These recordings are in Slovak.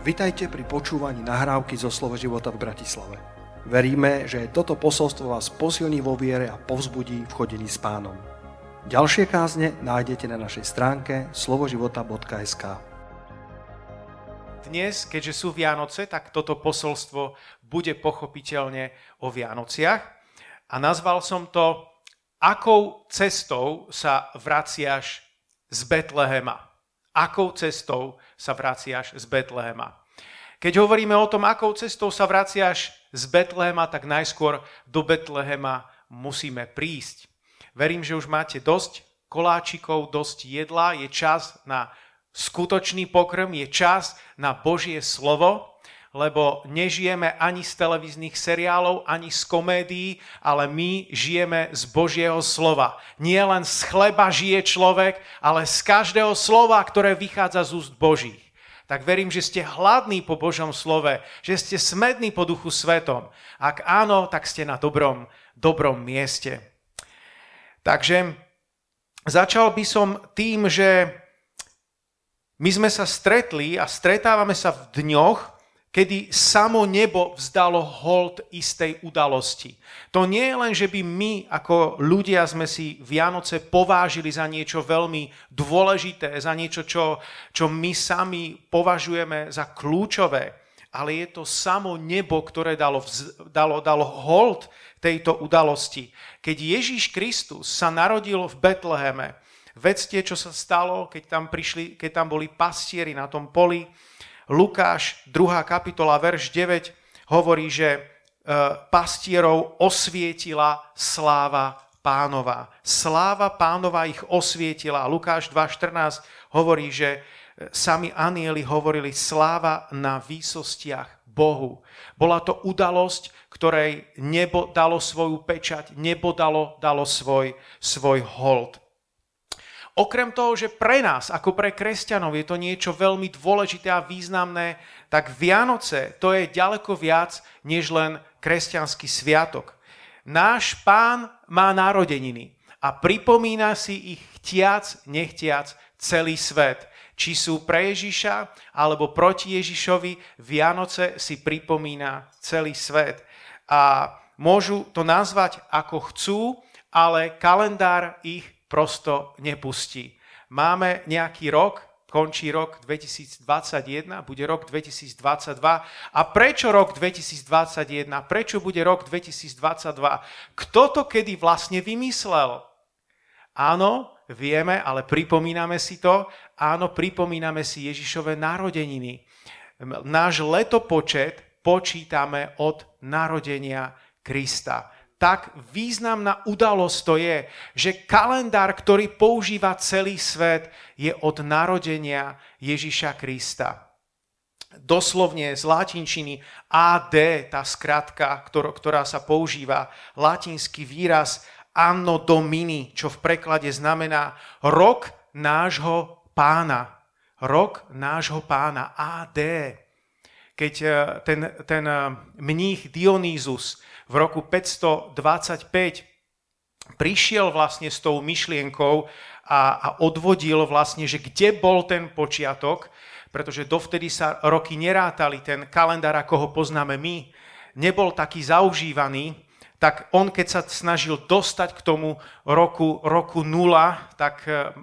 Vitajte pri počúvaní nahrávky zo Slovo života v Bratislave. Veríme, že toto posolstvo vás posilní vo viere a povzbudí v chodení s Pánom. Ďalšie kázne nájdete na našej stránke slovoživota.sk. Dnes, keďže sú Vianoce, tak toto posolstvo bude pochopiteľne o Vianociach. A nazval som to Akou cestou sa vraciaš z Betlehema? Akou cestou sa vraciaš z Betlehema? Keď hovoríme o tom, akou cestou sa vraciaš z Betlehema, tak najskôr do Betlehema musíme prísť. Verím, že už máte dosť koláčikov, dosť jedla, je čas na skutočný pokrm, je čas na Božie slovo, lebo nežijeme ani z televíznych seriálov, ani z komédií, ale my žijeme z Božieho slova. Nie len z chleba žije človek, ale z každého slova, ktoré vychádza z úst Božích. Tak verím, že ste hladní po Božom slove, že ste smední po Duchu Svetom. Ak áno, tak ste na dobrom mieste. Takže začal by som tým, že my sme sa stretli a stretávame sa v dňoch, kedy samo nebo vzdalo hold istej udalosti. To nie je len, že by my ako ľudia sme si Vianoce povážili za niečo veľmi dôležité, za niečo, čo my sami považujeme za kľúčové, ale je to samo nebo, ktoré dalo hold tejto udalosti. Keď Ježíš Kristus sa narodil v Betleheme, vedzte, čo sa stalo, keď tam boli pastieri na tom poli. Lukáš, 2. kapitola, verš 9, hovorí, že pastierov osvietila sláva Pánova. Sláva Pánova ich osvietila. Lukáš 2.14 hovorí, že sami anjeli hovorili sláva na výsostiach Bohu. Bola to udalosť, ktorej nebo dalo svoju pečať, nebo dalo svoj hold. Okrem toho, že pre nás, ako pre kresťanov, je to niečo veľmi dôležité a významné, tak Vianoce to je ďaleko viac, než len kresťanský sviatok. Náš Pán má narodeniny a pripomína si ich chtiac, nechtiac celý svet. Či sú pre Ježiša, alebo proti Ježišovi, Vianoce si pripomína celý svet. A môžu to nazvať ako chcú, ale kalendár ich prosto nepustí. Máme nejaký rok, končí rok 2021, bude rok 2022. A prečo rok 2021? Prečo bude rok 2022? Kto to kedy vlastne vymyslel? Áno, vieme, ale pripomíname si to. Áno, pripomíname si Ježišove narodeniny. Náš letopočet počítame od narodenia Krista. Tak významná udalosť to je, že kalendár, ktorý používa celý svet, je od narodenia Ježiša Krista. Doslovne z latinčiny AD, tá skratka, ktorá sa používa, latinský výraz Anno Domini, čo v preklade znamená rok nášho pána. Rok nášho pána, AD. Keď ten mních Dionýzus v roku 525 prišiel vlastne s tou myšlienkou a odvodil vlastne, že kde bol ten počiatok, pretože dovtedy sa roky nerátali, ten kalendár, ako ho poznáme my, nebol taký zaužívaný, tak on, keď sa snažil dostať k tomu roku 0, tak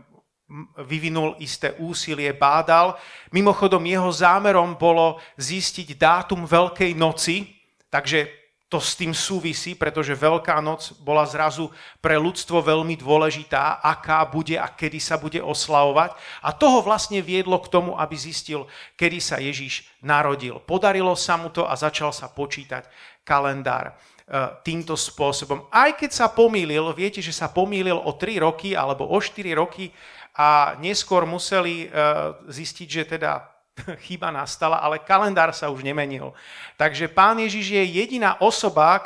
vyvinul isté úsilie, bádal. Mimochodom, jeho zámerom bolo zistiť dátum Veľkej noci, takže to s tým súvisí, pretože Veľká noc bola zrazu pre ľudstvo veľmi dôležitá, aká bude a kedy sa bude oslavovať. A toho vlastne viedlo k tomu, aby zistil, kedy sa Ježiš narodil. Podarilo sa mu to a začal sa počítať kalendár týmto spôsobom. Aj keď sa pomýlil, viete, že sa pomýlil o 3 roky alebo o 4 roky a neskôr museli zistiť, že teda chyba nastala, ale kalendár sa už nemenil. Takže Pán Ježiš je jediná osoba,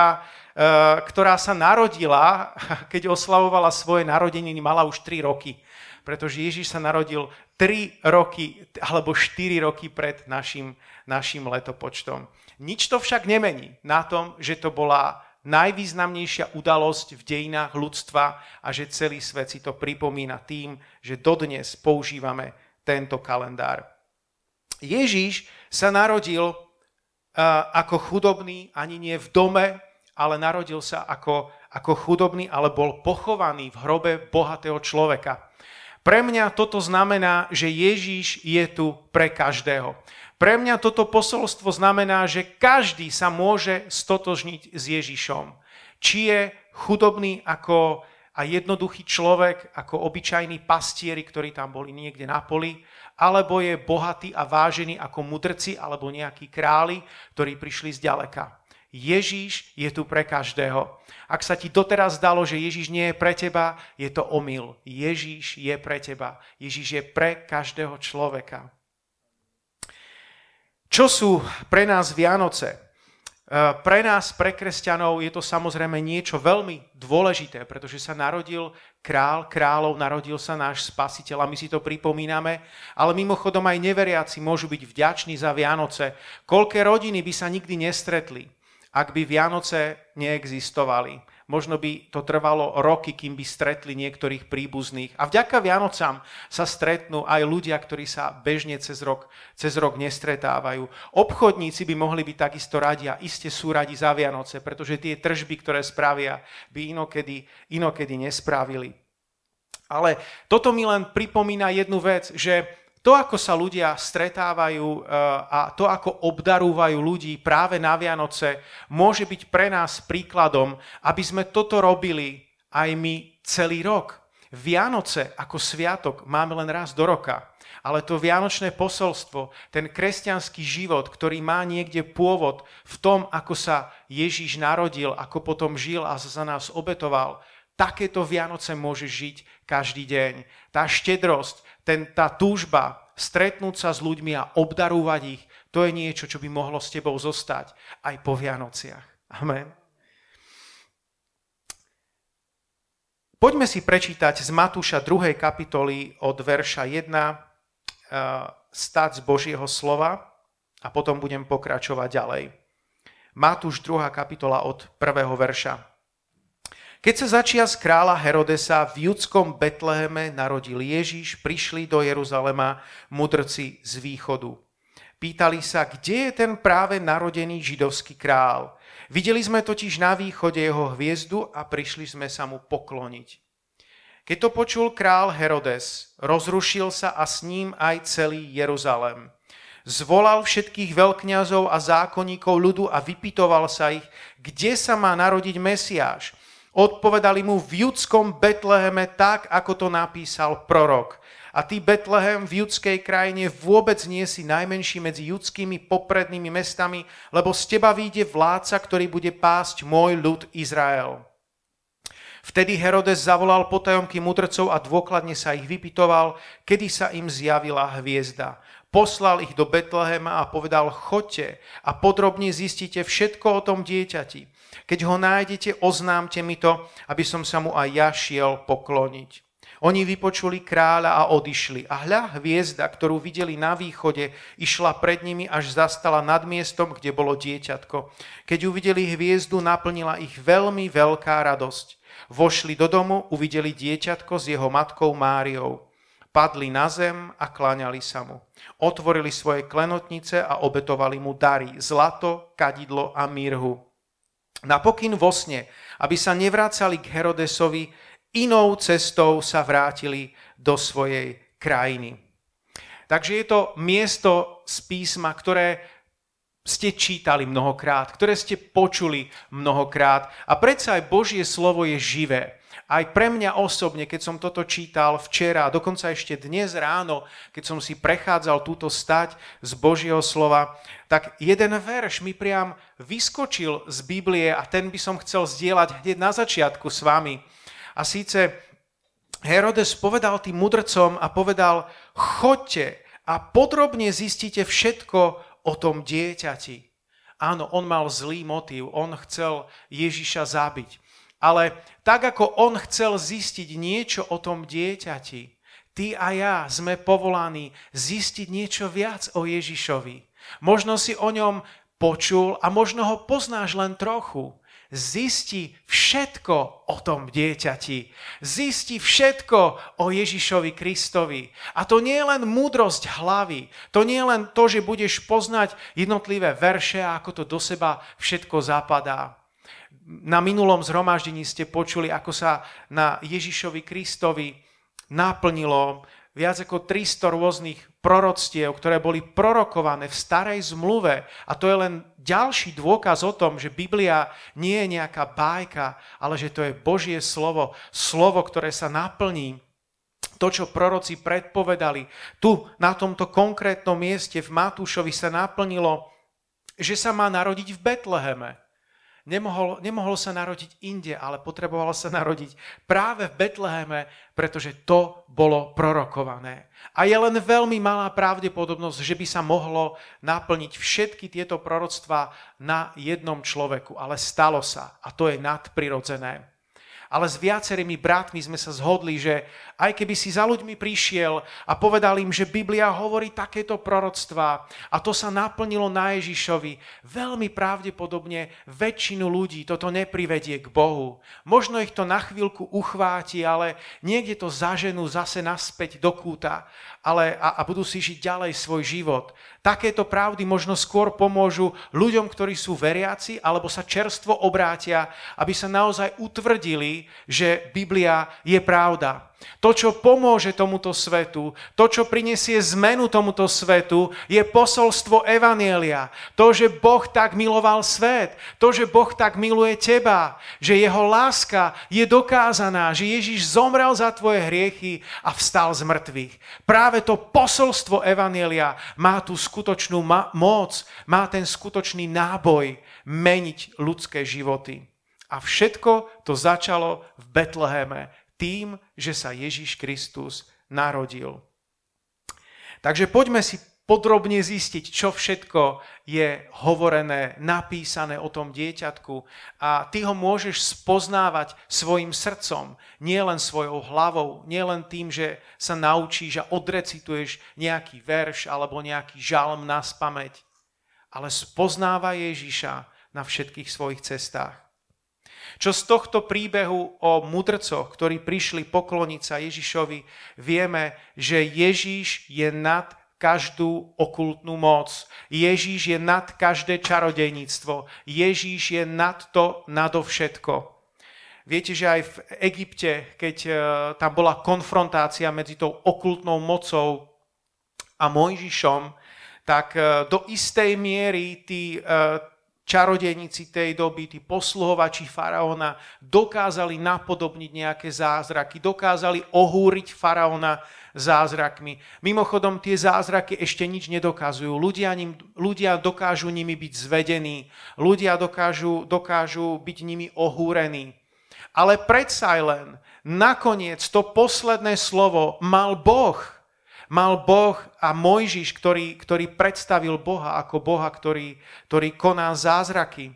ktorá sa narodila, keď oslavovala svoje narodeniny, mala už 3 roky. Pretože Ježiš sa narodil 3 roky alebo 4 roky pred našim letopočtom. Nič to však nemení na tom, že to bola najvýznamnejšia udalosť v dejinách ľudstva a že celý svet si to pripomína tým, že dodnes používame tento kalendár. Ježíš sa narodil ako chudobný, ani nie v dome, ale narodil sa ako chudobný, ale bol pochovaný v hrobe bohatého človeka. Pre mňa toto znamená, že Ježíš je tu pre každého. Pre mňa toto posolstvo znamená, že každý sa môže stotožniť s Ježišom. Či je chudobný ako a jednoduchý človek, ako obyčajní pastieri, ktorí tam boli niekde na poli, alebo je bohatý a vážený ako mudrci alebo nejakí králi, ktorí prišli zďaleka. Ježíš je tu pre každého. Ak sa ti doteraz zdalo, že Ježíš nie je pre teba, je to omyl. Ježíš je pre teba. Ježíš je pre každého človeka. Čo sú pre nás Vianoce? Pre nás, pre kresťanov, je to samozrejme niečo veľmi dôležité, pretože sa narodil král kráľov, narodil sa náš spasiteľ a my si to pripomíname, ale mimochodom aj neveriaci môžu byť vďační za Vianoce. Koľké rodiny by sa nikdy nestretli, ak by Vianoce neexistovali. Možno by to trvalo roky, kým by stretli niektorých príbuzných. A vďaka Vianocám sa stretnú aj ľudia, ktorí sa bežne cez rok nestretávajú. Obchodníci by mohli byť takisto radi a iste sú radi za Vianoce, pretože tie tržby, ktoré spravia, by inokedy nespravili. Ale toto mi len pripomína jednu vec, že to, ako sa ľudia stretávajú a to, ako obdarúvajú ľudí práve na Vianoce, môže byť pre nás príkladom, aby sme toto robili aj my celý rok. Vianoce ako sviatok máme len raz do roka, ale to vianočné posolstvo, ten kresťanský život, ktorý má niekde pôvod v tom, ako sa Ježíš narodil, ako potom žil a za nás obetoval, takéto Vianoce môže žiť každý deň. Tá štedrosť, tá túžba stretnúť sa s ľuďmi a obdarúvať ich, to je niečo, čo by mohlo s tebou zostať aj po Vianociach. Amen. Poďme si prečítať z Matúša 2. kapitoly od verša 1 stať z Božieho slova a potom budem pokračovať ďalej. Matúš 2. kapitola od 1. verša. Keď sa začias kráľa Herodesa v judskom Betleheme narodil Ježiš, prišli do Jeruzalema mudrci z východu. Pýtali sa, kde je ten práve narodený židovský král. Videli sme totiž na východe jeho hviezdu a prišli sme sa mu pokloniť. Keď to počul král Herodes, rozrušil sa a s ním aj celý Jeruzalém. Zvolal všetkých veľkňazov a zákonníkov ľudu a vypytoval sa ich, kde sa má narodiť Mesiáš. Odpovedali mu v judskom Betleheme tak, ako to napísal prorok. A ty, Betlehem, v judskej krajine vôbec nie si najmenší medzi judskými poprednými mestami, lebo z teba vyjde vládca, ktorý bude pásť môj ľud Izrael. Vtedy Herodes zavolal potajomky mudrcov a dôkladne sa ich vypytoval, kedy sa im zjavila hviezda. Poslal ich do Betlehema a povedal, choďte a podrobne zistite všetko o tom dieťati. Keď ho nájdete, oznámte mi to, aby som sa mu aj ja šiel pokloniť. Oni vypočuli kráľa a odišli. A hľa, hviezda, ktorú videli na východe, išla pred nimi, až zastala nad miestom, kde bolo dieťatko. Keď uvideli hviezdu, naplnila ich veľmi veľká radosť. Vošli do domu, uvideli dieťatko s jeho matkou Máriou. Padli na zem a kláňali sa mu. Otvorili svoje klenotnice a obetovali mu dary, zlato, kadidlo a mirhu. Napokyn vo sne, aby sa nevracali k Herodesovi, inou cestou sa vrátili do svojej krajiny. Takže je to miesto z písma, ktoré ste čítali mnohokrát, ktoré ste počuli mnohokrát. A predsa aj Božie slovo je živé. Aj pre mňa osobne, keď som toto čítal včera, a dokonca ešte dnes ráno, keď som si prechádzal túto stať z Božieho slova, tak jeden verš mi priam vyskočil z Biblie a ten by som chcel zdieľať hneď na začiatku s vami. A síce Herodes povedal tým mudrcom a povedal, choďte a podrobne zistite všetko o tom dieťati. Áno, on mal zlý motív, on chcel Ježiša zabiť. Ale tak, ako on chcel zistiť niečo o tom dieťati, ty a ja sme povolaní zistiť niečo viac o Ježišovi. Možno si o ňom počul a možno ho poznáš len trochu. zisti všetko o tom dieťati. Zisti všetko o Ježišovi Kristovi. A to nie je len múdrosť hlavy. To nie je len to, že budeš poznať jednotlivé verše a ako to do seba všetko zapadá. Na minulom zhromaždení ste počuli, ako sa na Ježišovi Kristovi naplnilo viac ako 300 rôznych proroctiev, ktoré boli prorokované v starej zmluve. A to je len ďalší dôkaz o tom, že Biblia nie je nejaká bájka, ale že to je Božie slovo. Slovo, ktoré sa naplní. To, čo proroci predpovedali. Tu, na tomto konkrétnom mieste v Matúšovi sa naplnilo, že sa má narodiť v Betleheme. Nemohol sa narodiť inde, ale potreboval sa narodiť práve v Betleheme, pretože to bolo prorokované. A je len veľmi malá pravdepodobnosť, že by sa mohlo naplniť všetky tieto proroctvá na jednom človeku, ale stalo sa a to je nadprirodzené. Ale s viacerými bratmi sme sa zhodli, že aj keby si za ľuďmi prišiel a povedal im, že Biblia hovorí takéto proroctvá a to sa naplnilo na Ježišovi, veľmi pravdepodobne väčšinu ľudí toto neprivedie k Bohu. Možno ich to na chvíľku uchváti, ale niekde to zaženú zase naspäť do kúta a budú si žiť ďalej svoj život. Takéto pravdy možno skôr pomôžu ľuďom, ktorí sú veriaci alebo sa čerstvo obrátia, aby sa naozaj utvrdili, že Biblia je pravda. To, čo pomôže tomuto svetu, to, čo prinesie zmenu tomuto svetu, je posolstvo Evanjelia. To, že Boh tak miloval svet, to, že Boh tak miluje teba, že jeho láska je dokázaná, že Ježiš zomrel za tvoje hriechy a vstal z mŕtvych. Práve to posolstvo Evanjelia má tú skutočnú moc, má ten skutočný náboj meniť ľudské životy. A všetko to začalo v Betleheme, tým, že sa Ježiš Kristus narodil. Takže poďme si podrobne zistiť, čo všetko je hovorené, napísané o tom dieťatku. A ty ho môžeš spoznávať svojim srdcom, nie len svojou hlavou, nie len tým, že sa naučíš a odrecituješ nejaký verš alebo nejaký žalm naspamäť, ale spoznávaj Ježiša na všetkých svojich cestách. Čo z tohto príbehu o mudrcoch, ktorí prišli pokloniť sa Ježišovi, vieme, že Ježiš je nad každú okultnú moc. Ježiš je nad každé čarodejníctvo. Ježiš je nad to nadovšetko. Viete, že aj v Egypte, keď tam bola konfrontácia medzi tou okultnou mocou a Mojžišom, tak do istej miery tí čarodejníci tej doby, tí posluhovači faraóna dokázali napodobniť nejaké zázraky, dokázali ohúriť faraóna zázrakmi. Mimochodom, tie zázraky ešte nič nedokazujú. Ľudia dokážu nimi byť zvedení, ľudia dokážu byť nimi ohúrení. Ale predsa len nakoniec to posledné slovo mal Boh. Mal Boh a Mojžiš, ktorý predstavil Boha ako Boha, ktorý koná zázraky.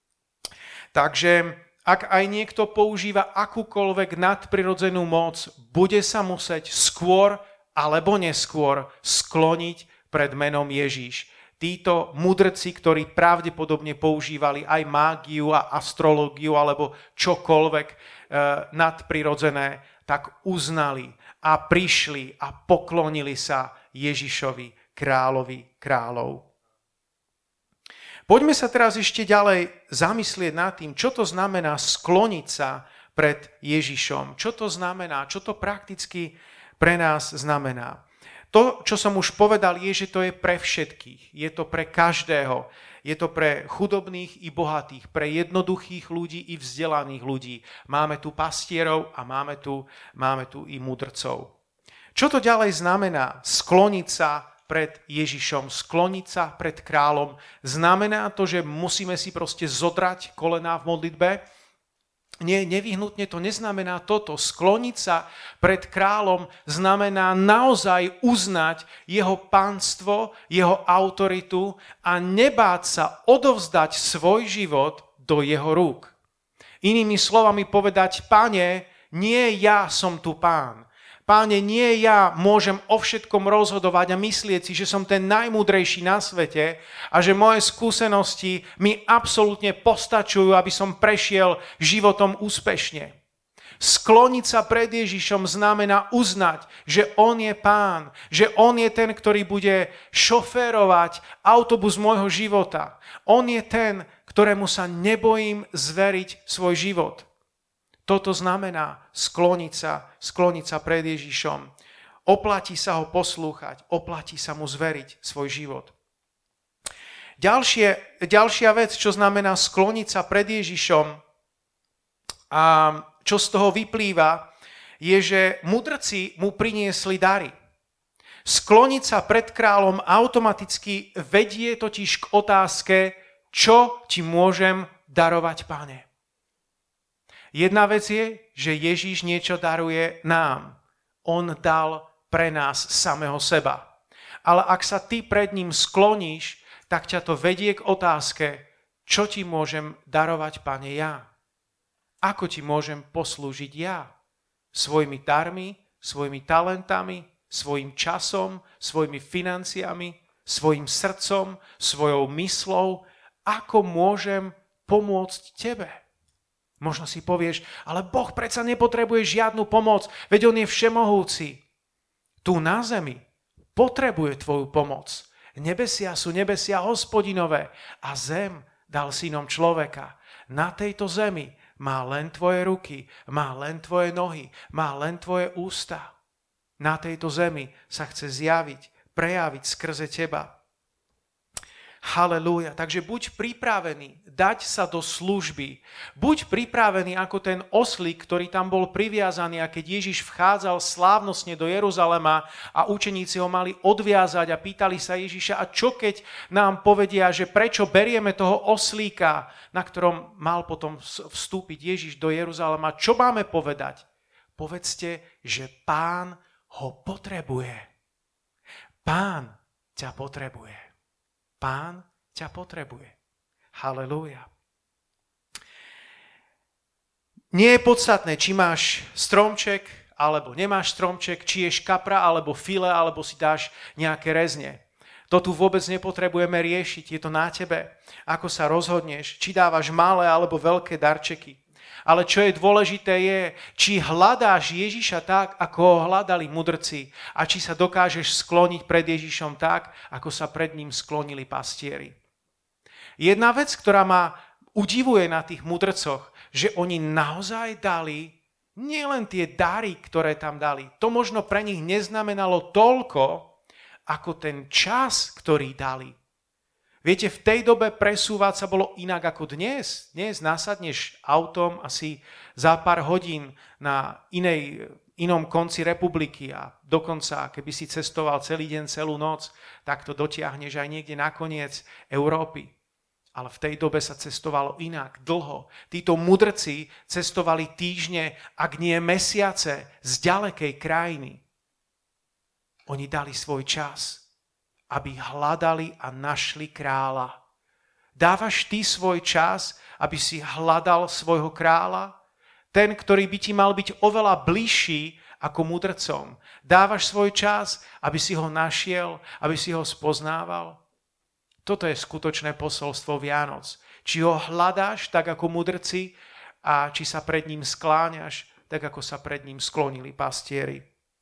Takže ak aj niekto používa akúkoľvek nadprirodzenú moc, bude sa musieť skôr alebo neskôr skloniť pred menom Ježiš. Títo mudrci, ktorí pravdepodobne používali aj mágiu a astrológiu alebo čokoľvek nadprirodzené, tak uznali a prišli a poklonili sa Ježišovi, kráľovi kráľov. Poďme sa teraz ešte ďalej zamyslieť nad tým, čo to znamená skloniť sa pred Ježišom. Čo to znamená, čo to prakticky pre nás znamená. To, čo som už povedal, je, že to je pre všetkých. Je to pre každého. Je to pre chudobných i bohatých, pre jednoduchých ľudí i vzdelaných ľudí. Máme tu pastierov a máme tu i mudrcov. Čo to ďalej znamená? Skloniť sa pred Ježišom, skloniť sa pred kráľom. Znamená to, že musíme si proste zodrať kolená v modlitbe? Nie, nevyhnutne to neznamená toto. Skloniť sa pred kráľom znamená naozaj uznať jeho pánstvo, jeho autoritu a nebáť sa odovzdať svoj život do jeho rúk. Inými slovami povedať, Pane, nie ja som tu pán. Páne, nie ja môžem o všetkom rozhodovať a myslieť si, že som ten najmúdrejší na svete a že moje skúsenosti mi absolútne postačujú, aby som prešiel životom úspešne. Skloniť sa pred Ježišom znamená uznať, že on je Pán, že on je ten, ktorý bude šoférovať autobus môjho života. On je ten, ktorému sa nebojím zveriť svoj život. Toto znamená skloniť sa pred Ježišom. Oplatí sa ho poslúchať, oplatí sa mu zveriť svoj život. Ďalšia vec, čo znamená skloniť sa pred Ježišom a čo z toho vyplýva, je, že mudrci mu priniesli dary. Skloniť sa pred kráľom automaticky vedie totiž k otázke, čo ti môžem darovať, Pane. Jedna vec je, že Ježíš niečo daruje nám. On dal pre nás samého seba. Ale ak sa ty pred ním skloníš, tak ťa to vedie k otázke, čo ti môžem darovať, Pane, ja? Ako ti môžem poslúžiť ja? Svojimi darmi, svojimi talentami, svojim časom, svojimi financiami, svojim srdcom, svojou myslou? Ako môžem pomôcť tebe? Možno si povieš, ale Boh predsa nepotrebuje žiadnu pomoc, veď on je všemohúci. Tu na zemi potrebuje tvoju pomoc. Nebesia sú nebesia Hospodinové a zem dal synom človeka. Na tejto zemi má len tvoje ruky, má len tvoje nohy, má len tvoje ústa. Na tejto zemi sa chce zjaviť, prejaviť skrze teba. Halelúja. Takže buď pripravený dať sa do služby. Buď pripravený ako ten oslík, ktorý tam bol priviazaný a keď Ježiš vchádzal slávnostne do Jeruzalema a učeníci ho mali odviazať a pýtali sa Ježiša, a čo keď nám povedia, že prečo berieme toho oslíka, na ktorom mal potom vstúpiť Ježiš do Jeruzalema. Čo máme povedať? Povedzte, že Pán ho potrebuje. Pán ťa potrebuje. Pán ťa potrebuje. Halelúja. Nie je podstatné, či máš stromček, alebo nemáš stromček, či je škapra, alebo file, alebo si dáš nejaké rezne. To tu vôbec nepotrebujeme riešiť, je to na tebe. Ako sa rozhodneš, či dávaš malé, alebo veľké darčeky. Ale čo je dôležité je, či hľadáš Ježiša tak, ako ho hľadali mudrci a či sa dokážeš skloniť pred Ježišom tak, ako sa pred ním sklonili pastieri. Jedna vec, ktorá ma udivuje na tých mudrcoch, že oni naozaj dali nielen tie dary, ktoré tam dali. To možno pre nich neznamenalo toľko, ako ten čas, ktorý dali. Viete, v tej dobe presúvať sa bolo inak ako dnes. Dnes nasadneš autom asi za pár hodín na inom konci republiky a dokonca, keby si cestoval celý deň, celú noc, tak to dotiahneš aj niekde na koniec Európy. Ale v tej dobe sa cestovalo inak, dlho. Títo mudrci cestovali týždne, ak nie mesiace, z ďalekej krajiny. Oni dali svoj čas, aby hľadali a našli kráľa. Dávaš ty svoj čas, aby si hľadal svojho kráľa? Ten, ktorý by ti mal byť oveľa bližší ako mudrcom. Dávaš svoj čas, aby si ho našiel, aby si ho spoznával? Toto je skutočné posolstvo Vianoc. Či ho hľadáš tak ako mudrci a či sa pred ním skláňaš tak ako sa pred ním sklonili pastieri.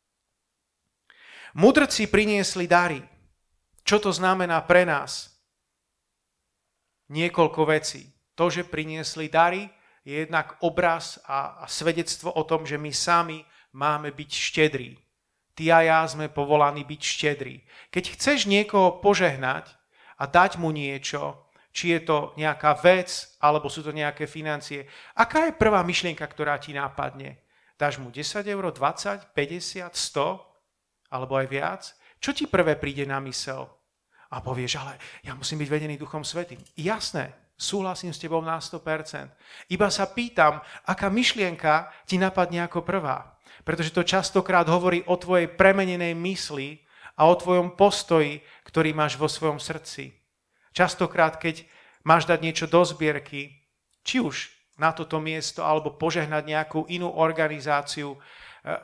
Mudrci priniesli dary. Čo to znamená pre nás? Niekoľko vecí. To, že priniesli dary, je jednak obraz a svedectvo o tom, že my sami máme byť štedrí. Ty a ja sme povolaní byť štedrí. Keď chceš niekoho požehnať a dať mu niečo, či je to nejaká vec, alebo sú to nejaké financie, aká je prvá myšlienka, ktorá ti nápadne? Dáš mu 10 eur, 20, 50, 100, alebo aj viac? Čo ti prvé príde na mysel? A povieš, ale ja musím byť vedený Duchom Svätým. Jasné, súhlasím s tebou na 100%. Iba sa pýtam, aká myšlienka ti napadne ako prvá. Pretože to častokrát hovorí o tvojej premenenej mysli a o tvojom postoji, ktorý máš vo svojom srdci. Častokrát, keď máš dať niečo do zbierky, či už na toto miesto, alebo požehnať nejakú inú organizáciu,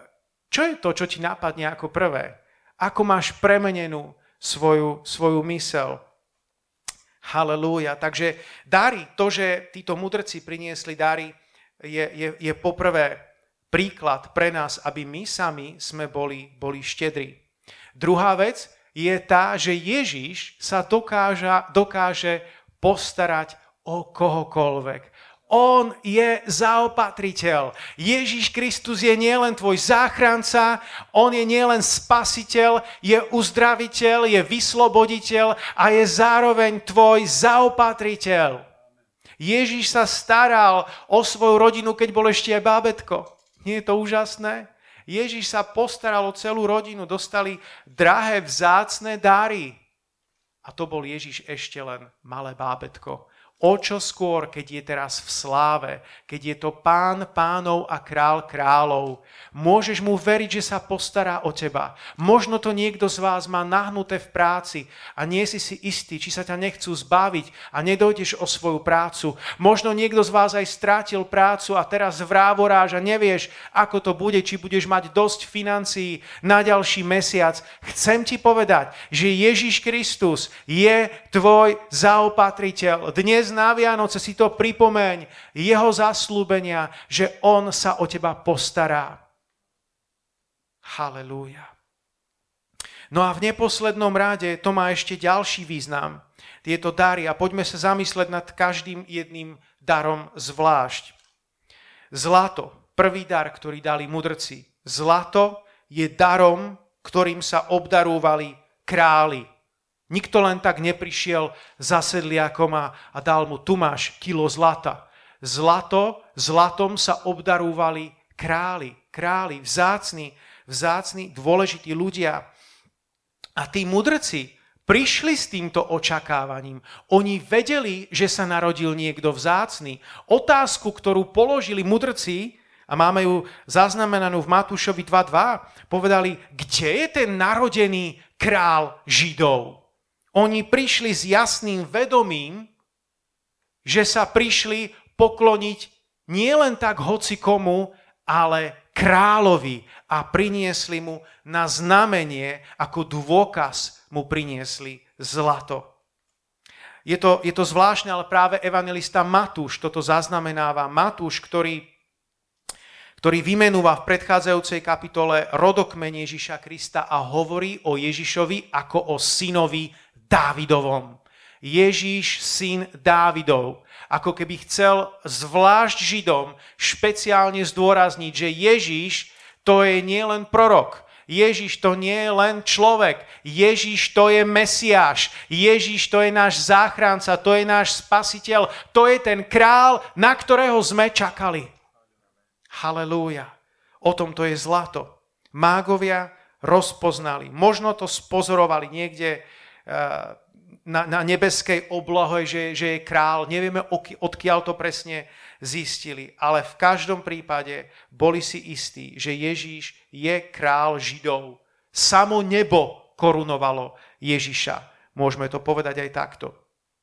Čo je to, čo ti napadne ako prvé? Ako máš premenenú svoju mysel? Halelúja. Takže dary, to, že títo mudrci priniesli dary, je poprvé príklad pre nás, aby my sami sme boli štedrí. Druhá vec je tá, že Ježiš sa dokáže postarať o kohokoľvek. On je zaopatriteľ. Ježiš Kristus je nielen tvoj záchranca, on je nielen spasiteľ, je uzdraviteľ, je vysloboditeľ a je zároveň tvoj zaopatriteľ. Ježiš sa staral o svoju rodinu, keď bol ešte aj bábätko. Nie je to úžasné? Ježiš sa postaral o celú rodinu, dostali drahé, vzácne dary. A to bol Ježiš ešte len malé bábätko. O čo skôr, keď je teraz v sláve, keď je to Pán pánov a Král kráľov, môžeš mu veriť, že sa postará o teba. Možno to niekto z vás má nahnuté v práci a nie si istý, či sa ťa nechcú zbaviť a nedojdeš o svoju prácu. Možno niekto z vás aj strátil prácu a teraz vrávoráš a nevieš, ako to bude, či budeš mať dosť financií na ďalší mesiac. Chcem ti povedať, že Ježiš Kristus je tvoj zaopatriteľ. Dnes na Vianoce si to pripomeň, jeho zasľúbenia, že on sa o teba postará. Halelúja. No a v neposlednom rade to má ešte ďalší význam. Tieto dary, a poďme sa zamysleť nad každým jedným darom zvlášť. Zlato, prvý dar, ktorý dali mudrci. Zlato je darom, ktorým sa obdarúvali králi. Nikto len tak neprišiel za sedliakom a dal mu, tu máš kilo zlata. Zlatom sa obdarúvali králi, vzácni, dôležití ľudia. A tí mudrci prišli s týmto očakávaním. Oni vedeli, že sa narodil niekto vzácny. Otázku, ktorú položili mudrci, a máme ju zaznamenanú v Matúšovi 2.2, povedali, kde je ten narodený král Židov? Oni prišli s jasným vedomím, že sa prišli pokloniť nielen tak hocikomu, ale kráľovi a priniesli mu na znamenie, ako dôkaz mu priniesli zlato. Je to zvláštne, ale práve evanjelista Matúš toto zaznamenáva. Matúš, ktorý vymenúva v predchádzajúcej kapitole rodokmeň Ježiša Krista a hovorí o Ježišovi ako o synovi Dávidovom. Ježíš, syn Dávidov. Ako keby chcel zvlášť Židom špeciálne zdôrazniť, že Ježíš to je nielen prorok. Ježíš to nie je len človek. Ježíš to je Mesiáš. Ježíš to je náš záchranca, to je náš spasiteľ. To je ten král, na ktorého sme čakali. Halelúja. O tom to je zlato. Mágovia rozpoznali. Možno to spozorovali niekde na nebeskej oblohe, že je král. Nevieme, odkiaľ to presne zistili. Ale v každom prípade boli si istí, že Ježíš je král Židov. Samo nebo korunovalo Ježiša. Môžeme to povedať aj takto.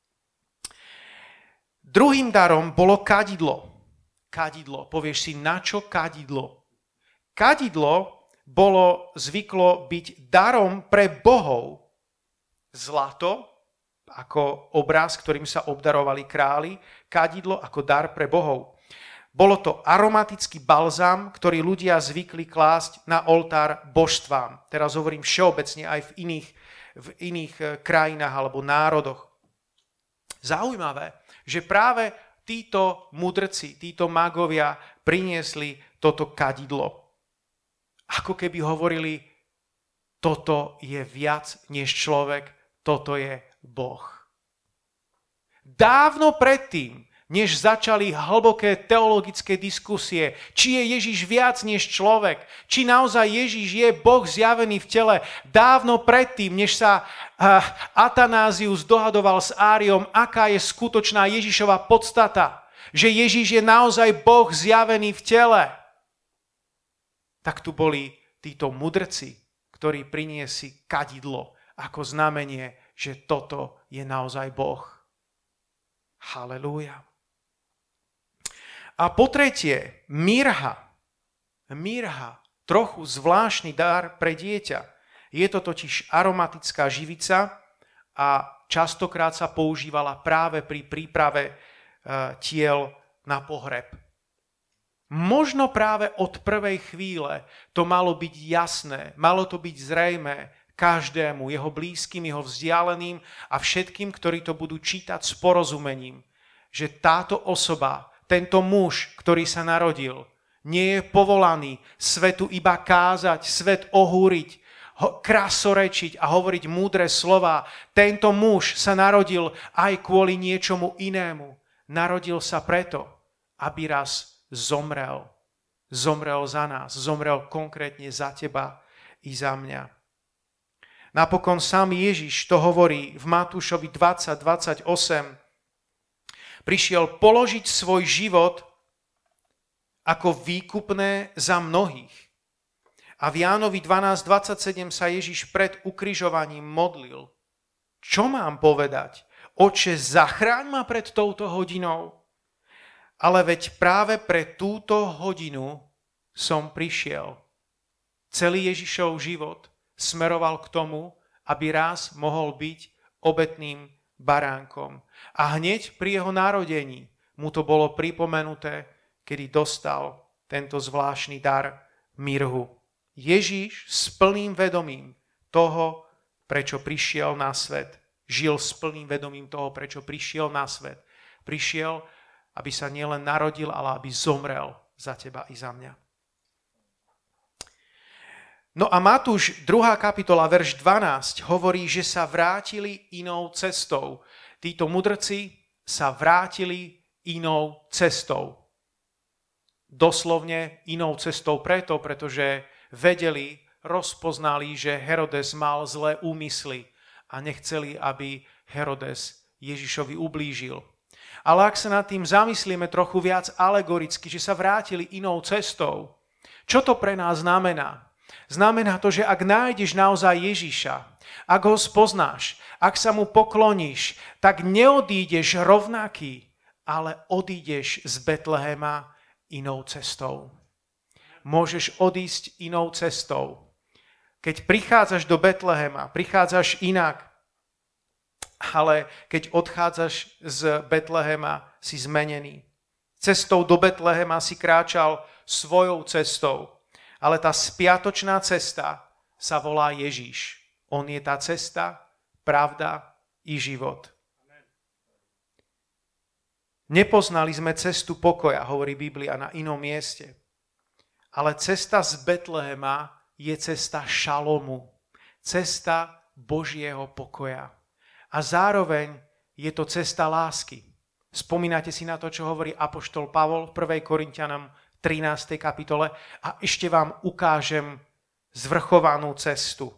Druhým darom bolo kadidlo. Kadidlo. Povieš si, na čo kadidlo? Kadidlo zvyklo byť darom pre bohov. Zlato, ako obraz, ktorým sa obdarovali králi, kadidlo ako dar pre bohov. Bolo to aromatický balzám, ktorý ľudia zvykli klásť na oltár božstvám. Teraz hovorím všeobecne aj v iných krajinách alebo národoch. Zaujímavé, že práve títo mudrci, títo mágovia priniesli toto kadidlo. Ako keby hovorili, toto je viac než človek, toto je Boh. Dávno predtým, než začali hlboké teologické diskusie, či je Ježiš viac než človek, či naozaj Ježiš je Boh zjavený v tele, dávno predtým, než sa Atanázius dohadoval s Áriom, aká je skutočná Ježišova podstata, že Ježiš je naozaj Boh zjavený v tele, tak tu boli títo mudrci, ktorí priniesli kadidlo ako znamenie, že toto je naozaj Boh. Halelúja. A po tretie, mirha. Mirha, trochu zvláštny dar pre dieťa. Je to totiž aromatická živica a častokrát sa používala práve pri príprave tiel na pohreb. Možno práve od prvej chvíle to malo byť jasné, malo to byť zrejmé každému, jeho blízkym, jeho vzdialeným a všetkým, ktorí to budú čítať s porozumením, že táto osoba, tento muž, ktorý sa narodil, nie je povolaný svetu iba kázať, svet ohúriť, krasorečiť a hovoriť múdre slová. Tento muž sa narodil aj kvôli niečomu inému. Narodil sa preto, aby raz zomrel. Zomrel za nás, zomrel konkrétne za teba i za mňa. Napokon sám Ježiš to hovorí v Matúšovi 20:28. Prišiel položiť svoj život ako výkupné za mnohých. A v Jánovi 12:27 sa Ježiš pred ukrižovaním modlil. Čo mám povedať? Oče, zachráň ma pred touto hodinou. Ale veď práve pre túto hodinu som prišiel. Celý Ježišov život smeroval k tomu, aby raz mohol byť obetným baránkom. A hneď pri jeho narodení mu to bolo pripomenuté, kedy dostal tento zvláštny dar mirhu. Ježíš s plným vedomím toho, prečo prišiel na svet, žil s plným vedomím toho, prečo prišiel na svet. Prišiel, aby sa nielen narodil, ale aby zomrel za teba i za mňa. No a Matúš 2. kapitola, verš 12, hovorí, že sa vrátili inou cestou. Títo mudrci sa vrátili inou cestou. Doslovne inou cestou pretože vedeli, rozpoznali, že Herodes mal zlé úmysly a nechceli, aby Herodes Ježišovi ublížil. Ale ak sa nad tým zamyslíme trochu viac alegoricky, že sa vrátili inou cestou, čo to pre nás znamená? Znamená to, že ak nájdeš naozaj Ježiša, ak ho spoznáš, ak sa mu pokloníš, tak neodídeš rovnaký, ale odídeš z Betlehema inou cestou. Môžeš odísť inou cestou. Keď prichádzaš do Betlehema, prichádzaš inak, ale keď odchádzaš z Betlehema, si zmenený. Cestou do Betlehema si kráčal svojou cestou, ale tá spiatočná cesta sa volá Ježíš. On je tá cesta, pravda i život. Nepoznali sme cestu pokoja, hovorí Biblia na inom mieste. Ale cesta z Betlehema je cesta šalomu, cesta Božieho pokoja. A zároveň je to cesta lásky. Spomínate si na to, čo hovorí apoštol Pavol v 1. Korinťanom 13. kapitole? A ešte vám ukážem zvrchovanú cestu.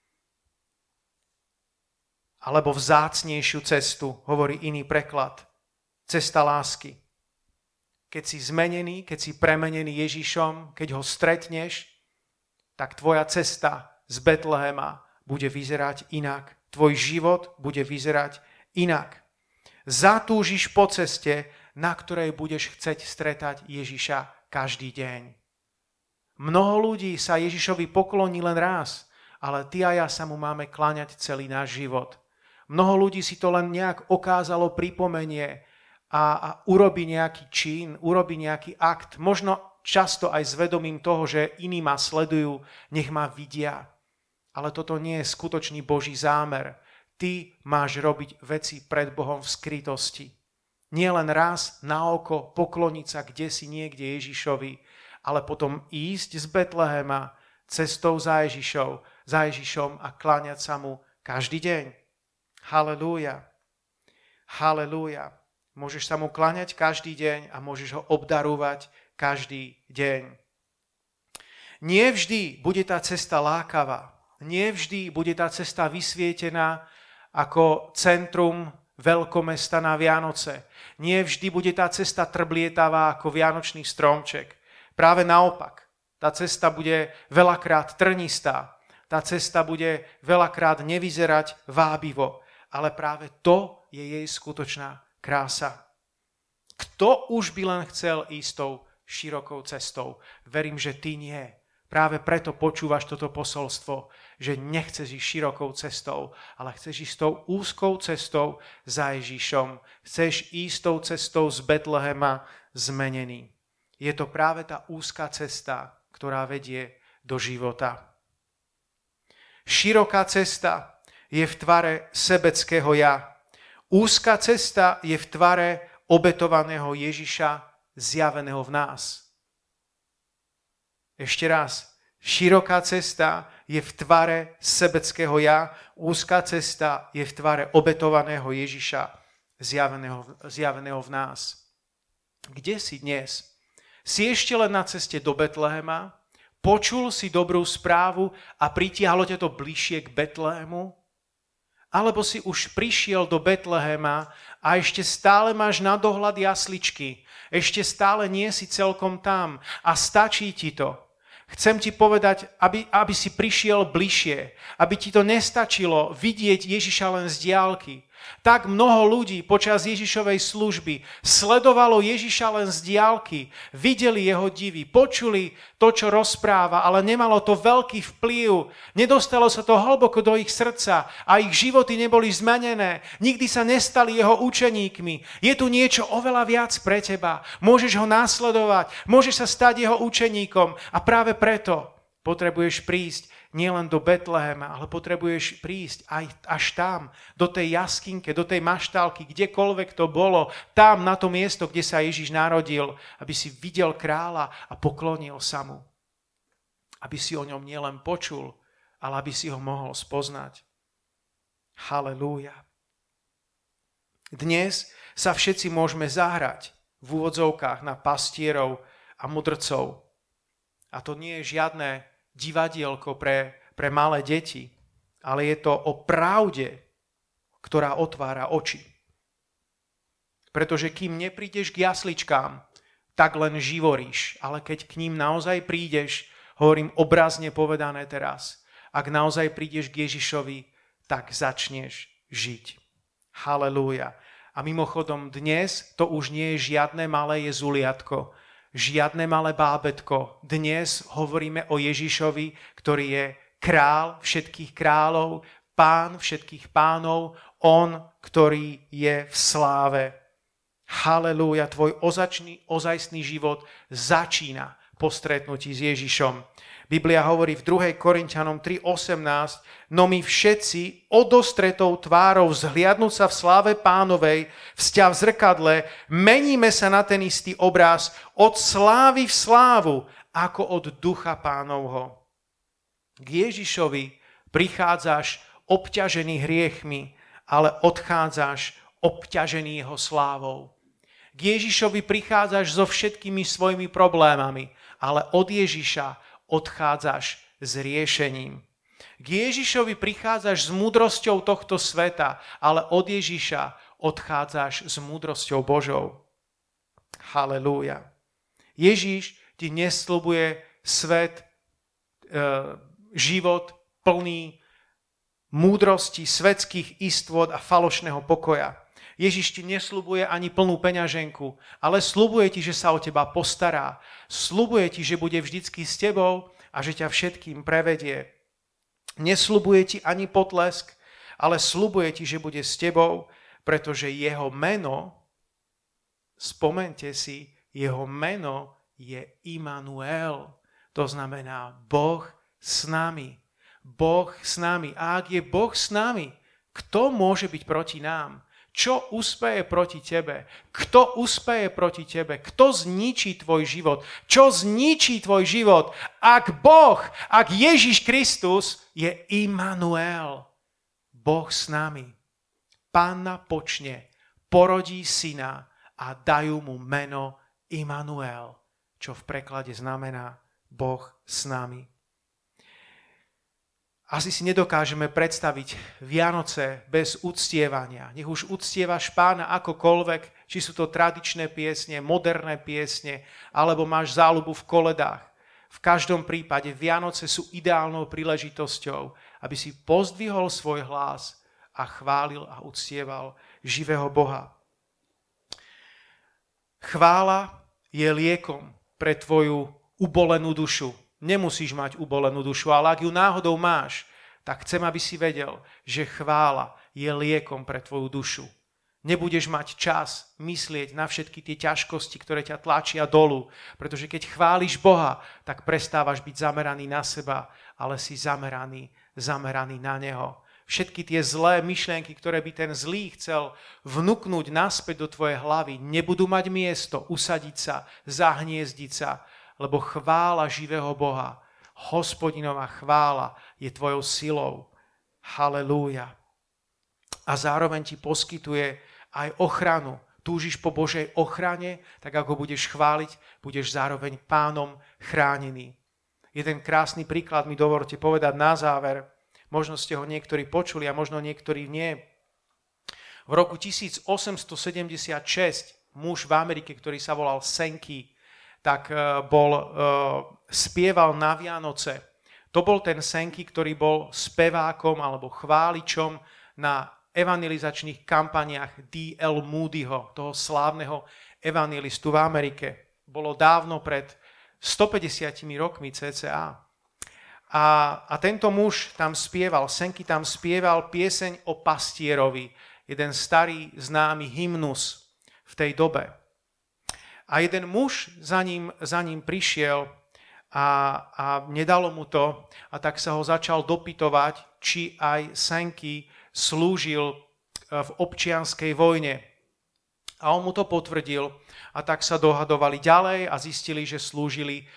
Alebo vzácnejšiu cestu, hovorí iný preklad. Cesta lásky. Keď si zmenený, keď si premenený Ježišom, keď ho stretneš, tak tvoja cesta z Betlehema bude vyzerať inak. Tvoj život bude vyzerať inak. Zatúžiš po ceste, na ktorej budeš chceť stretať Ježiša každý deň. Mnoho ľudí sa Ježišovi pokloní len raz, ale ty a ja sa mu máme kláňať celý náš život. Mnoho ľudí si to len nejak okázalo, pripomenie, a urobí nejaký čin, urobí nejaký akt, možno často aj s vedomím toho, že iní ma sledujú, nech ma vidia. Ale toto nie je skutočný Boží zámer. Ty máš robiť veci pred Bohom v skrytosti. Nie len raz na oko pokloniť sa kdesi niekde Ježišovi, ale potom ísť z Betlehema cestou za Ježišom a kláňať sa mu každý deň. Halelúja. Halelúja. Môžeš sa mu kláňať každý deň a môžeš ho obdarovať každý deň. Nie vždy bude tá cesta lákavá. Nie vždy bude tá cesta vysvietená ako centrum veľkomesta na Vianoce. Nie vždy bude tá cesta trblietavá ako vianočný stromček. Práve naopak. Tá cesta bude veľakrát trnistá. Tá cesta bude veľakrát nevyzerať vábivo. Ale práve to je jej skutočná krása. Kto už by len chcel ísť tou širokou cestou? Verím, že ty nie. Práve preto počúvaš toto posolstvo, že nechceš ísť širokou cestou, ale chceš ísť tou úzkou cestou za Ježišom. Chceš ísť tou cestou z Betlehema zmenený. Je to práve tá úzka cesta, ktorá vedie do života. Široká cesta je v tvare sebeckého ja. Úzka cesta je v tvare obetovaného Ježiša zjaveného v nás. Ešte raz, široká cesta je v tvare sebeckého ja, úzka cesta je v tvare obetovaného Ježiša zjaveného v nás. Kde si dnes? Si ešte len na ceste do Betlehema? Počul si dobrú správu a pritiahlo ťa to bližšie k Betlehemu? Alebo si už prišiel do Betlehema a ešte stále máš na dohľad jasličky, ešte stále nie si celkom tam a stačí ti to. Chcem ti povedať, aby si prišiel bližšie, aby ti to nestačilo vidieť Ježiša len z diaľky. Tak mnoho ľudí počas Ježišovej služby sledovalo Ježiša len z diaľky, videli jeho divy, počuli to, čo rozpráva, ale nemalo to veľký vplyv, nedostalo sa to hlboko do ich srdca a ich životy neboli zmenené, nikdy sa nestali jeho učeníkmi. Je tu niečo oveľa viac pre teba, môžeš ho následovať, môžeš sa stať jeho učeníkom a práve preto potrebuješ prísť nielen do Betlehema, ale potrebuješ prísť aj až tam, do tej jaskynke, do tej maštálky, kdekoľvek to bolo, tam na to miesto, kde sa Ježiš narodil, aby si videl kráľa a poklonil sa mu. Aby si o ňom nielen počul, ale aby si ho mohol spoznať. Halelúja. Dnes sa všetci môžeme zahrať v úvodzovkách na pastierov a mudrcov. A to nie je žiadne divadielko pre malé deti, ale je to o pravde, ktorá otvára oči. Pretože kým neprídeš k jasličkám, tak len živoríš, ale keď k ním naozaj prídeš, hovorím obrazne povedané teraz, ak naozaj prídeš k Ježišovi, tak začneš žiť. Halelúja. A mimochodom dnes to už nie je žiadne malé jezuliatko, žiadne malé bábätko. Dnes hovoríme o Ježišovi, ktorý je král všetkých kráľov, pán všetkých pánov, on, ktorý je v sláve. Halelúja, tvoj ozajstný život začína po stretnutí s Ježišom. Biblia hovorí v 2. Korinťanom 3.18, no my všetci odostretou tvárou zhliadnúť sa v sláve Pánovej, vzťah v zrkadle, meníme sa na ten istý obraz od slávy v slávu, ako od ducha Pánovho. K Ježišovi prichádzaš obťažený hriechmi, ale odchádzaš obťažený jeho slávou. K Ježišovi prichádzaš so všetkými svojimi problémami, ale od Ježiša odchádzaš s riešením. K Ježišovi prichádzaš s múdrosťou tohto sveta, ale od Ježiša odchádzaš s múdrosťou Božou. Halelúja. Ježiš ti nesľubuje svet, život plný múdrosti, svetských istôt a falošného pokoja. Ježiš ti nesľubuje ani plnú peňaženku, ale sľubuje ti, že sa o teba postará. Sľubuje ti, že bude vždycky s tebou a že ťa všetkým prevedie. Nesľubuje ti ani potlesk, ale sľubuje ti, že bude s tebou, pretože jeho meno, spomente si, jeho meno je Immanuel. To znamená Boh s nami. Boh s nami. A ak je Boh s nami, kto môže byť proti nám? Čo uspeje proti tebe? Kto uspeje proti tebe? Kto zničí tvoj život? Čo zničí tvoj život? Ak Boh, ak Ježiš Kristus je Immanuel, Boh s nami. Panna počne, porodí syna a dajú mu meno Immanuel, čo v preklade znamená Boh s nami. Asi si nedokážeme predstaviť Vianoce bez uctievania. Nech už uctievaš Pána akokoľvek, či sú to tradičné piesne, moderné piesne, alebo máš záľubu v koledách. V každom prípade Vianoce sú ideálnou príležitosťou, aby si pozdvihol svoj hlas a chválil a uctieval živého Boha. Chvála je liekom pre tvoju ubolenú dušu. nemusíš mať ubolenú dušu, ale ak ju náhodou máš, tak chcem, aby si vedel, že chvála je liekom pre tvoju dušu. Nebudeš mať čas myslieť na všetky tie ťažkosti, ktoré ťa tlačia dolu, pretože keď chváliš Boha, tak prestávaš byť zameraný na seba, ale si zameraný na Neho. Všetky tie zlé myšlienky, ktoré by ten zlý chcel vnuknúť naspäť do tvojej hlavy, nebudú mať miesto usadiť sa, zahniezdiť sa, lebo chvála živého Boha, Hospodinová chvála je tvojou silou. Halelúja. A zároveň ti poskytuje aj ochranu. Túžiš po Božej ochrane, tak ako budeš chváliť, budeš zároveň Pánom chránený. Jeden krásny príklad mi dovolte povedať na záver. Možno ste ho niektorí počuli a možno niektorí nie. V roku 1876 muž v Amerike, ktorý sa volal Sankey, tak spieval na Vianoce. To bol ten Sankey, ktorý bol spevákom alebo chváličom na evangelizačných kampaniách D.L. Moodyho, toho slávneho evangelistu v Amerike. Bolo dávno pred 150 rokmi cca. A tento muž tam spieval, Sankey tam spieval pieseň o pastierovi, jeden starý známy hymnus v tej dobe. A jeden muž za ním prišiel a nedalo mu to, a tak sa ho začal dopytovať, či aj Sankey slúžil v občianskej vojne. A on mu to potvrdil a tak sa dohadovali ďalej a zistili, že slúžili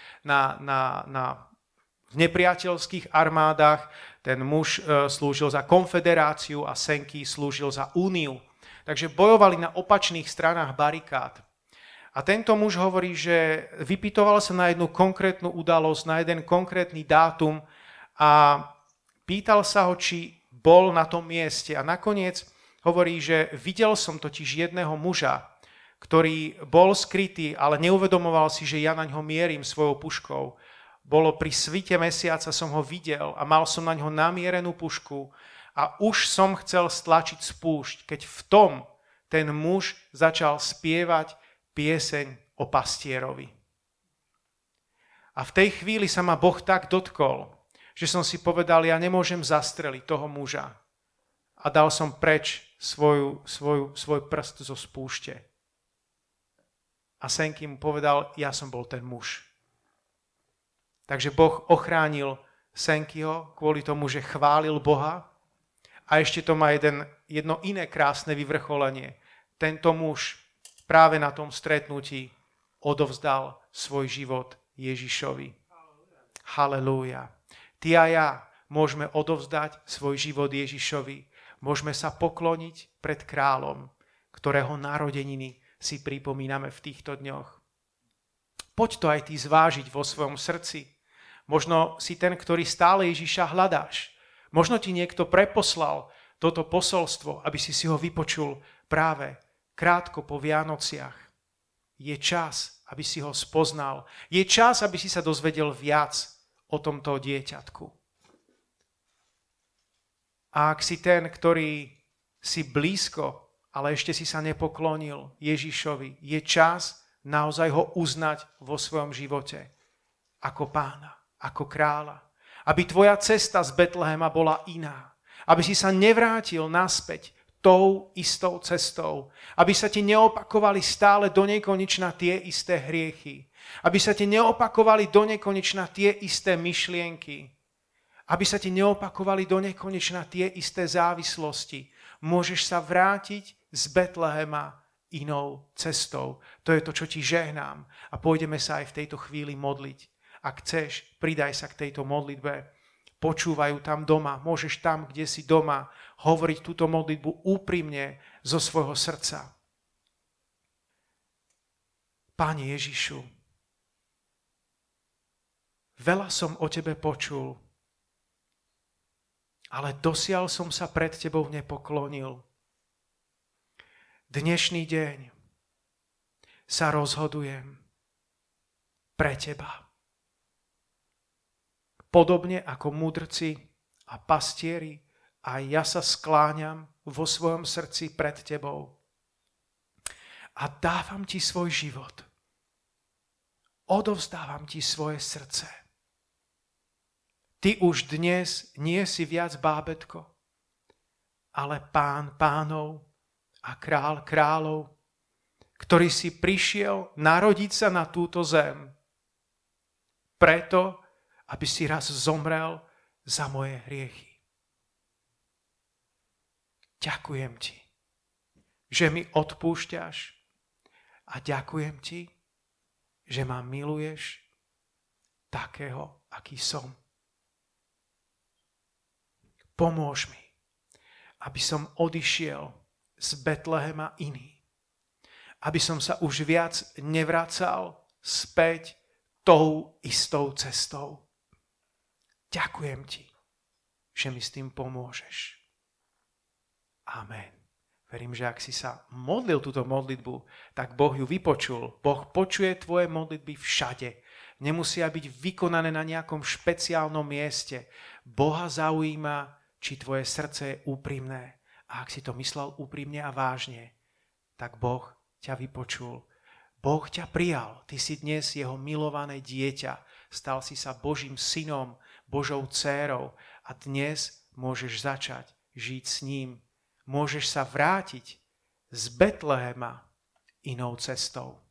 v nepriateľských armádach. Ten muž slúžil za konfederáciu a Sankey slúžil za úniu. Takže bojovali na opačných stranách barikád. A tento muž hovorí, že vypytoval sa na jednu konkrétnu udalosť, na jeden konkrétny dátum a pýtal sa ho, či bol na tom mieste. A nakoniec hovorí, že videl som totiž jedného muža, ktorý bol skrytý, ale neuvedomoval si, že ja na ňo mierim svojou puškou. Bolo pri svite mesiaca, som ho videl a mal som na ňo namierenú pušku a už som chcel stlačiť spúšť, keď v tom ten muž začal spievať pieseň o pastierovi. A v tej chvíli sa ma Boh tak dotkol, že som si povedal, ja nemôžem zastreliť toho muža. A dal som preč svoj prst zo spúšte. A Sankey mu povedal, ja som bol ten muž. Takže Boh ochránil Sankeyho kvôli tomu, že chválil Boha. A ešte to má jedno iné krásne vyvrcholenie. Tento muž práve na tom stretnutí odovzdal svoj život Ježišovi. Halelúja. Ty a ja môžeme odovzdať svoj život Ježišovi. Môžeme sa pokloniť pred kráľom, ktorého narodeniny si pripomíname v týchto dňoch. Poď to aj ty zvážiť vo svojom srdci. Možno si ten, ktorý stále Ježiša hľadáš. Možno ti niekto preposlal toto posolstvo, aby si ho vypočul práve krátko po Vianociach. Je čas, aby si ho spoznal. Je čas, aby si sa dozvedel viac o tomto dieťatku. A ak si ten, ktorý si blízko, ale ešte si sa nepoklonil Ježišovi, je čas naozaj ho uznať vo svojom živote ako pána, ako kráľa. Aby tvoja cesta z Betlehema bola iná. Aby si sa nevrátil naspäť tou istou cestou. Aby sa ti neopakovali stále do nekonečna tie isté hriechy. Aby sa ti neopakovali do nekonečna tie isté myšlienky. Aby sa ti neopakovali do nekonečna tie isté závislosti. Môžeš sa vrátiť z Betlehema inou cestou. To je to, čo ti žehnám. A pôjdeme sa aj v tejto chvíli modliť. Ak chceš, pridaj sa k tejto modlitbe. Počúvajú tam doma. Môžeš tam, kde si doma, hovoriť túto modlitbu úprimne zo svojho srdca. Páne Ježišu, veľa som o tebe počul, ale dosiaľ som sa pred tebou nepoklonil. Dnešný deň sa rozhodujem pre teba. Podobne ako mudrci a pastieri, aj ja sa skláňam vo svojom srdci pred tebou a dávam ti svoj život. Odovzdávam ti svoje srdce. Ty už dnes nie si viac bábätko, ale Pán pánov a Král kráľov, ktorý si prišiel narodiť sa na túto zem preto, aby si raz zomrel za moje hriechy. Ďakujem ti, že mi odpúšťaš a ďakujem ti, že ma miluješ takého, aký som. Pomôž mi, aby som odišiel z Betlehema iný. Aby som sa už viac nevracal späť tou istou cestou. Ďakujem ti, že mi s tým pomôžeš. Amen. Verím, že ak si sa modlil túto modlitbu, tak Boh ju vypočul. Boh počuje tvoje modlitby všade. Nemusia byť vykonané na nejakom špeciálnom mieste. Boha zaujíma, či tvoje srdce je úprimné. A ak si to myslel úprimne a vážne, tak Boh ťa vypočul. Boh ťa prijal. Ty si dnes jeho milované dieťa. Stal si sa Božím synom, Božou dcérou a dnes môžeš začať žiť s ním. Môžeš sa vrátiť z Betlehema inou cestou.